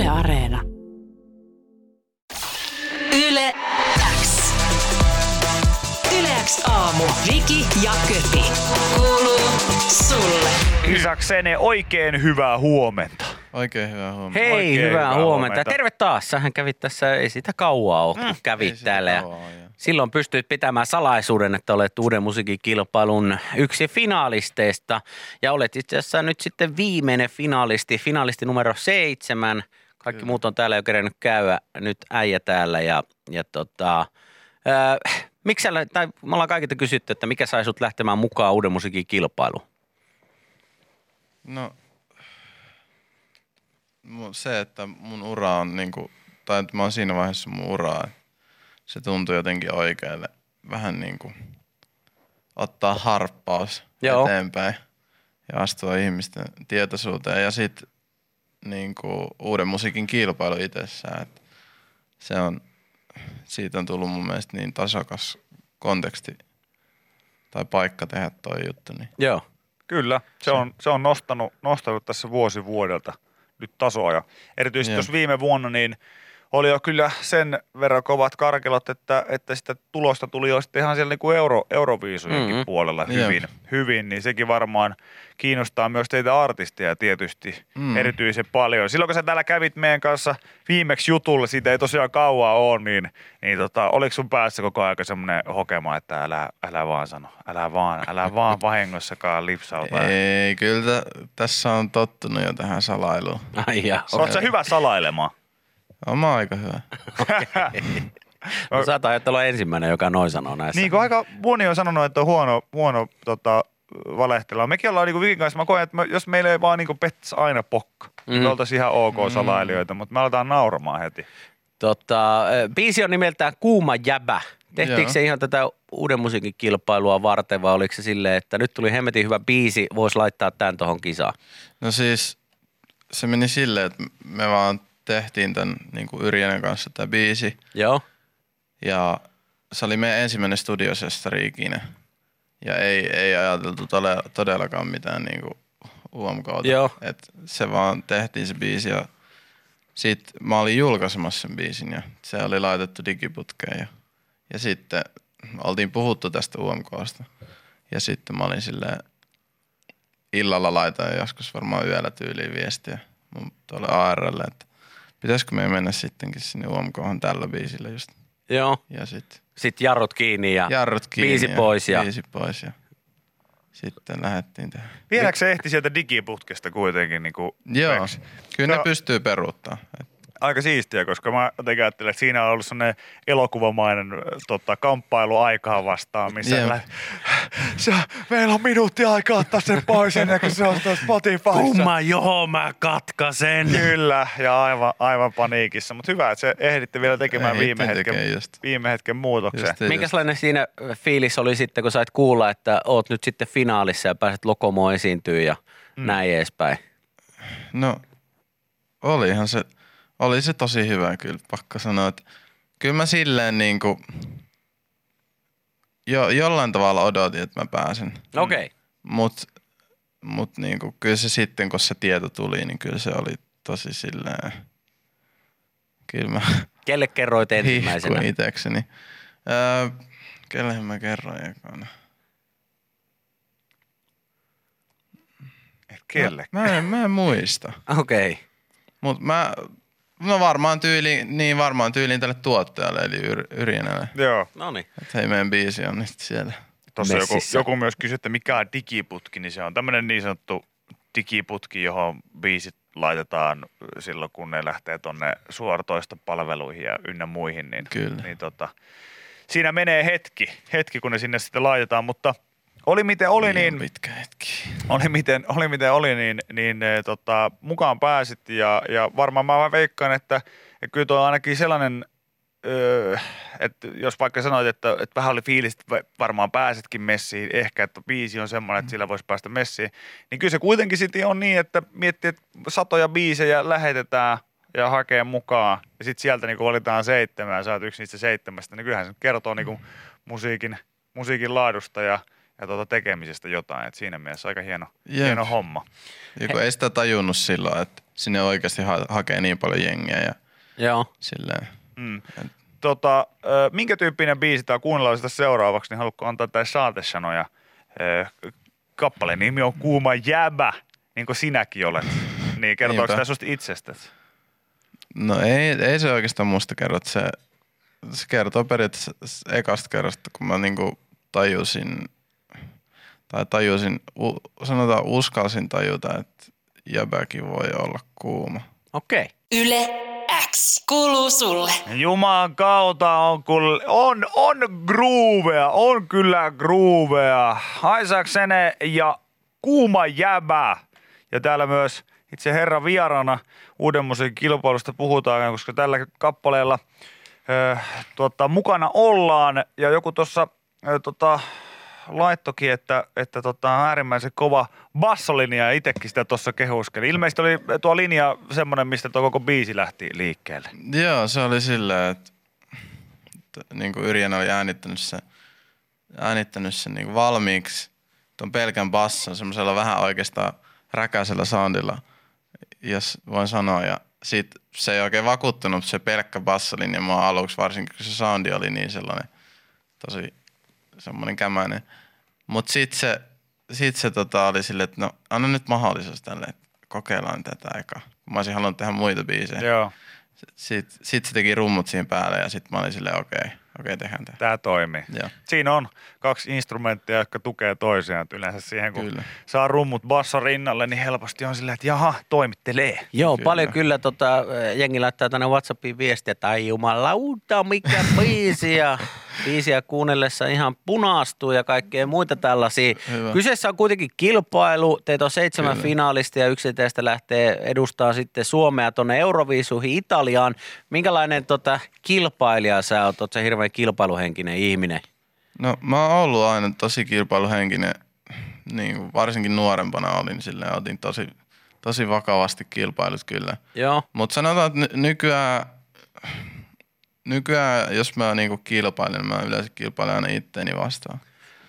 Yle Areena. Yle X. Yle X aamu. Viki ja Köpi. Kuuluu sulle. Isaksene, oikein hyvää huomenta. Oikein hyvää huomenta. Hei, Oikein hyvää hyvää huomenta. huomenta. Terve taas. Sähän kävit tässä, ei sitä kauaa ole, kun kävit täällä. Ja silloin pystyit pitämään salaisuuden, että olet uuden musiikkikilpailun yksi finalisteista. Ja olet itse asiassa nyt sitten viimeinen finalisti numero 7. Kaikki muut on täällä jo kerennyt käydä. Nyt äijä täällä miksi sä, tai me ollaan kaikilta kysytty, että mikä sai sut lähtemään mukaan uuden musiikkikilpailuun? No, se, että mun ura on niinku, tai että mä oon siinä vaiheessa mun uraa, että se tuntuu jotenkin oikealle vähän niinku ottaa harppaus eteenpäin ja astua ihmisten tietoisuuteen ja sit niinku uuden musiikin kilpailu itsessään, että siitä on tullut mun mielestä niin tasokas konteksti tai paikka tehdä toi juttu. Niin. Joo. Kyllä, se on nostanut tässä vuosi vuodelta nyt tasoa. Ja erityisesti jos viime vuonna niin oli jo kyllä sen verran kovat karkelot, että sitä tulosta tuli jo sitten ihan siellä niin kuin Euroviisujenkin puolella hyvin, niin sekin varmaan kiinnostaa myös teitä artisteja tietysti erityisen paljon. Silloin kun sä täällä kävit meidän kanssa viimeksi jutulla, siitä ei tosiaan kauaa ole, niin oliko sun päässä koko ajan semmoinen hokema, että älä vaan sano, älä vaan vahingossakaan lipsauta. Ei, kyllä tässä on tottunut jo tähän salailuun. Ai jaa. Oletko sä hyvä salailemaan? Oma aika hyvä. No, sä taidat olla ensimmäinen, joka noin sanoo näissä. Niin kuin aika moni on sanonut, että on huono valehtelua. Mekin ollaan niinku Vikin kanssa, mä koen, että jos meillä ei vaan niinku pettäisi aina pokka, me oltaisiin ihan ok salailijoita, mutta me aletaan nauramaan heti. Biisi on nimeltään Kuuma jäbä. Tehtiinkö se ihan tätä uuden musiikin kilpailua varten vai oliko se silleen, että nyt tuli hemmetin hyvä biisi, voisi laittaa tämän tohon kisaan? No siis se meni silleen, että me vaan tehtiin tämän niin kuin Yrjänän kanssa tämä biisi. Joo. Ja se oli meidän ensimmäinen studiosestari ikinä. Ja ei ajateltu todellakaan mitään niin kuin UMK:ta. Joo. Et se vaan tehtiin se biisi ja sit mä olin julkaisemassa sen biisin ja se oli laitettu digiputkeen. Ja sitten oltiin puhuttu tästä UMK:sta. Ja sitten mä olin silleen illalla laitoin joskus varmaan yöllä tyyliin viestiä tuolle ARlle, että pitäisikö me mennä sittenkin sinne UMK:han tällä biisillä just. Joo. Ja sitten jarrut kiinni ja biisi pois. Biisi pois ja sitten lähdettiin tähän. Vieläkö se ehti sieltä digiputkesta kuitenkin? Niin kuin Joo, kyllä ne pystyy peruuttamaan. Aika siistiä, koska mä jotenkin ajattelen, että siinä on ollut sellainen elokuvamainen kamppailu aikaa vastaan, missä meillä on minuutti aikaa ottaa sen pois ennen kuin se on Spotifyssa. Mä katkasen. Kyllä, ja aivan paniikissa. Mutta hyvä, että se ehditte vielä tekemään viime hetken muutoksen. Minkälainen siinä fiilis oli sitten, kun sait kuulla, että oot nyt sitten finaalissa ja pääset Lokomoon esiintyä ja näin edespäin? No, oli se tosi hyvä kyllä, pakko sanoa, että kyllä mä silleen niinku jollain tavalla odotin, että mä pääsen. Okei. Mut niinku kyllä se sitten, kun se tieto tuli, niin kyllä se oli tosi silleen, kyllä mä Kelle kerroit ensimmäisenä? hihkuin itekseni. Kellehän mä kerroin ekana? Kelle? Mä en muista. Okei. Mut varmaan tyyliin tälle tuottajalle, eli Yrjänälle. Joo. Noniin. Että hei, meidän biisi on nyt siellä. Tuossa joku myös kysyi, että mikä on digiputki, niin se on tämmöinen niin sanottu digiputki, johon biisit laitetaan silloin, kun ne lähtee tonne suoratoistopalveluihin ja ynnä muihin. Niin, Kyllä. Niin siinä menee hetki, kun ne sinne sitten laitetaan, mutta oli miten oli, niin pitkä hetki. Oli miten oli, niin mukaan pääsit ja varmaan mä veikkaan, että kyllä tuo on ainakin sellainen, että jos vaikka sanoit, että vähän oli fiilis, että varmaan pääsetkin messiin, ehkä että biisi on semmoinen, että sillä voisi päästä messiin, niin kyllä se kuitenkin sitten on niin, että miettii, että satoja biisejä lähetetään ja hakee mukaan ja sitten sieltä niin valitaan 7 ja sä oot yksi niistä 7, niin kyllähän se kertoo niin kuin musiikin laadusta ja tekemisestä jotain. Et siinä mielessä aika hieno homma. Joku ei sitä tajunnut silloin, että sinne oikeasti hakee niin paljon jengiä ja Joo. silleen. Minkä tyyppinen biisi tää kuunnellaan sitä seuraavaksi, niin haluatko antaa tai saatesanoja? Kappaleen nimi on Kuuma jäbä, niin kuin sinäkin olet. Niin kertooko tämä susta itsestäsi? No ei se oikeastaan musta kerro. Se kertoo periaatteessa ekasta kerrasta, kun mä niinku uskalsin tajuta, että jäbäkin voi olla kuuma. Okei. Yle X kuuluu sulle. Jumalan kautta on groovea, on kyllä groovea. Isaac Sene ja Kuuma jäbä. Ja täällä myös itse herran vieraana uuden musiikin kilpailusta puhutaan, koska tällä kappaleella mukana ollaan. Ja joku tuossa laittokin, että äärimmäisen kova bassolinja ja itsekin sitä tuossa kehuskeli. Ilmeisesti oli tuo linja semmoinen, mistä tuo koko biisi lähti liikkeelle. Joo, se oli silleen, että niin kuin Yrjän oli äänittänyt sen niin kuin valmiiksi tuon pelkän basson semmoisella vähän oikeastaan räkäisellä soundilla, jos voin sanoa. Ja sit se ei oikein vakuuttunut se pelkkä bassolinja mua aluksi, varsinkin kun se soundi oli niin sellainen tosi semmoinen kämäinen. Mutta sit se oli silleen, että no anna nyt mahdollisuus tälle, että kokeillaan tätä eka. Kun mä olisin halunnut tehdä muita biisejä. Joo. Sit se teki rummut siihen päälle ja sit mä olin silleen okei, tehdään tämä. Tää toimii. Joo. Siinä on 2 instrumenttia, jotka tukee toisiaan. Et yleensä siihen, kun saa rummut basson rinnalle, niin helposti on silleen, että jaha, toimittelee. Joo, paljon kyllä jengi laittaa tänne WhatsAppiin viestiä, että ai jumalauta, mikä biisiä kuunnellessa ihan punastuu ja kaikkea muita tällaisia. Hyvä. Kyseessä on kuitenkin kilpailu. Teitä on 7 finaalistia ja yksi teistä lähtee edustaa sitten Suomea tuonne Euroviisuihin Italiaan. Minkälainen kilpailija sä oot? Oot sä hirveän kilpailuhenkinen ihminen? No mä oon ollut aina tosi kilpailuhenkinen, niin varsinkin nuorempana olin silleen, otin tosi vakavasti kilpailut kyllä. Joo. Mutta sanotaan, että nykyään jos mä niinku kilpailen, mä yleensä kilpailen aina itteeni vastaan.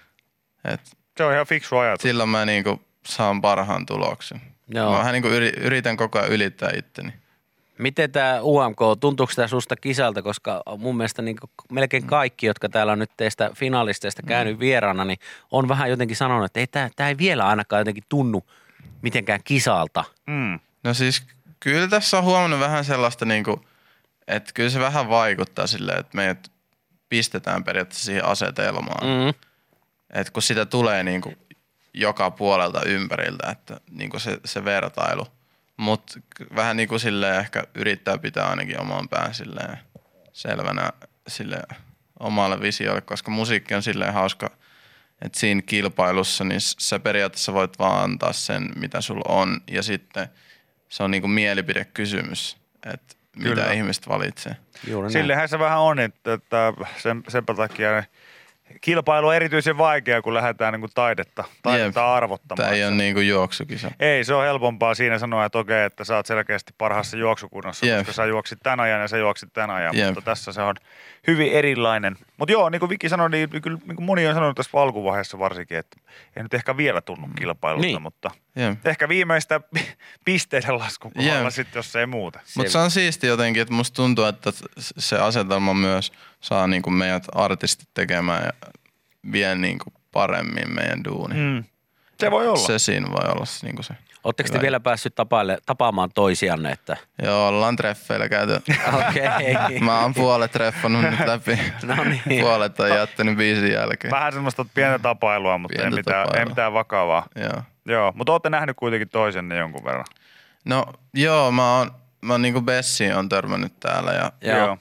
Se on ihan fiksu ajatus. Silloin mä niinku saan parhaan tuloksen. Joo. Mä vähän niinku yritän koko ajan ylittää itteni. Miten tämä UMK, tuntuuko tämä susta kisalta, koska mun mielestä niin melkein kaikki, jotka täällä on nyt teistä finalisteista käynyt vieraana, niin on vähän jotenkin sanonut, että tämä ei vielä ainakaan jotenkin tunnu mitenkään kisalta. No siis kyllä tässä on huomannut vähän sellaista, niinku, että kyllä se vähän vaikuttaa silleen, että meidät pistetään periaatteessa siihen asetelmaan. Että kun sitä tulee niinku joka puolelta ympäriltä, että niinku se vertailu. Mutta vähän niin kuin silleen ehkä yrittää pitää ainakin oman pään silleen selvänä silleen omalle visiolle, koska musiikki on silleen hauska, että siinä kilpailussa niin sä periaatteessa voit vaan antaa sen, mitä sulla on, ja sitten se on niin kuin mielipidekysymys, että mitä ihmiset valitsee. Sillehän se vähän on, että senpä takia kilpailu on erityisen vaikea, kun lähdetään niin kuin taidetta arvottamaan. Tämä ei ole niin kuin juoksukisa. Ei, se on helpompaa siinä sanoa, että okei, että sä oot selkeästi parhaassa juoksukunnossa, koska sä juoksit tämän ajan ja sä juoksit tämän ajan, mutta tässä se on hyvin erilainen. Mutta joo, niin kuin Viki sanoi, niin kyllä niin kuin moni on sanonut tässä alkuvaiheessa varsinkin, että ei nyt ehkä vielä tunnu kilpailusta, mutta ehkä viimeistä pisteiden laskun kohdalla sitten, jos ei muuta. Mutta se on siisti jotenkin, että musta tuntuu, että se asetelma myös saa niin kuin meidät artistit tekemään ja vie niin kuin paremmin meidän duuni. Se voi olla. Se siinä voi olla niin kuin se. Oletteko te vielä päässyt tapaamaan toisianne? Että... Joo, ollaan treffeillä käyty. Okei. Mä oon puolet treffannut nyt läpi. No niin. Puolet on jättänyt biisin jälkeen. Vähän semmoista pientä tapailua, mutta ei mitään vakavaa. Joo, mutta ootte nähnyt kuitenkin toisenne jonkun verran. No joo, mä oon niinku Bessiin on törmännyt täällä ja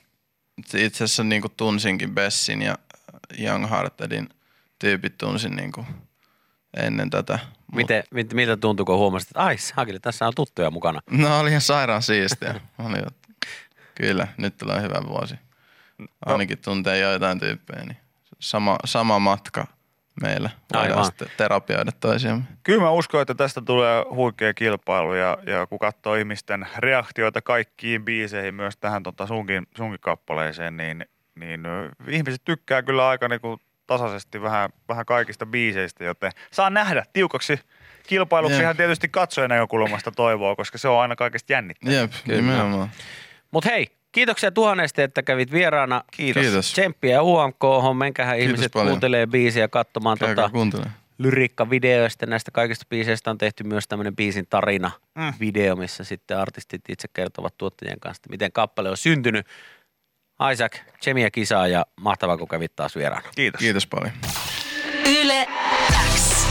itse asiassa niinku tunsinkin Bessin ja Young Heartedin tyypit tunsin niinku ennen tätä. Miltä tuntui, kun huomasit, että ai saakeli, tässä on tuttuja mukana? No oli ihan sairaan siistiä. Kyllä, nyt tulee hyvä vuosi. Ainakin tuntee joitain tyyppejä, niin sama matka meillä. Voidaan sitten terapioida toisiamme. Kyllä mä uskon, että tästä tulee huikea kilpailu ja kun katsoo ihmisten reaktioita kaikkiin biiseihin, myös tähän sunkin kappaleeseen, niin ihmiset tykkää kyllä aika niinku tasaisesti vähän kaikista biiseistä, joten saa nähdä tiukaksi. Kilpailuksihan tietysti katsojan näkökulmasta toivoo, koska se on aina kaikista jännittävää. Jep, nimenomaan. Mut hei, kiitoksia tuhannesti, että kävit vieraana. Kiitos. Tsemppiä UMK:hon. Menkähän ihmiset paljon. kuuntelee biisiä katsomaan Kuuntele. lyriikkavideoista. Näistä kaikista biiseistä on tehty myös tämmöinen biisin tarina-video, missä sitten artistit itse kertovat tuottajien kanssa, miten kappale on syntynyt. Isaac, tsemiä kisaa ja mahtavaa, kun kävit taas vieraana. Kiitos. Kiitos paljon. Yle X.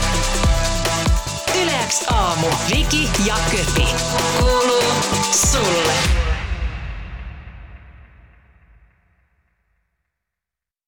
Yle X aamu. Viki ja Köpi. Kuuluu sulle.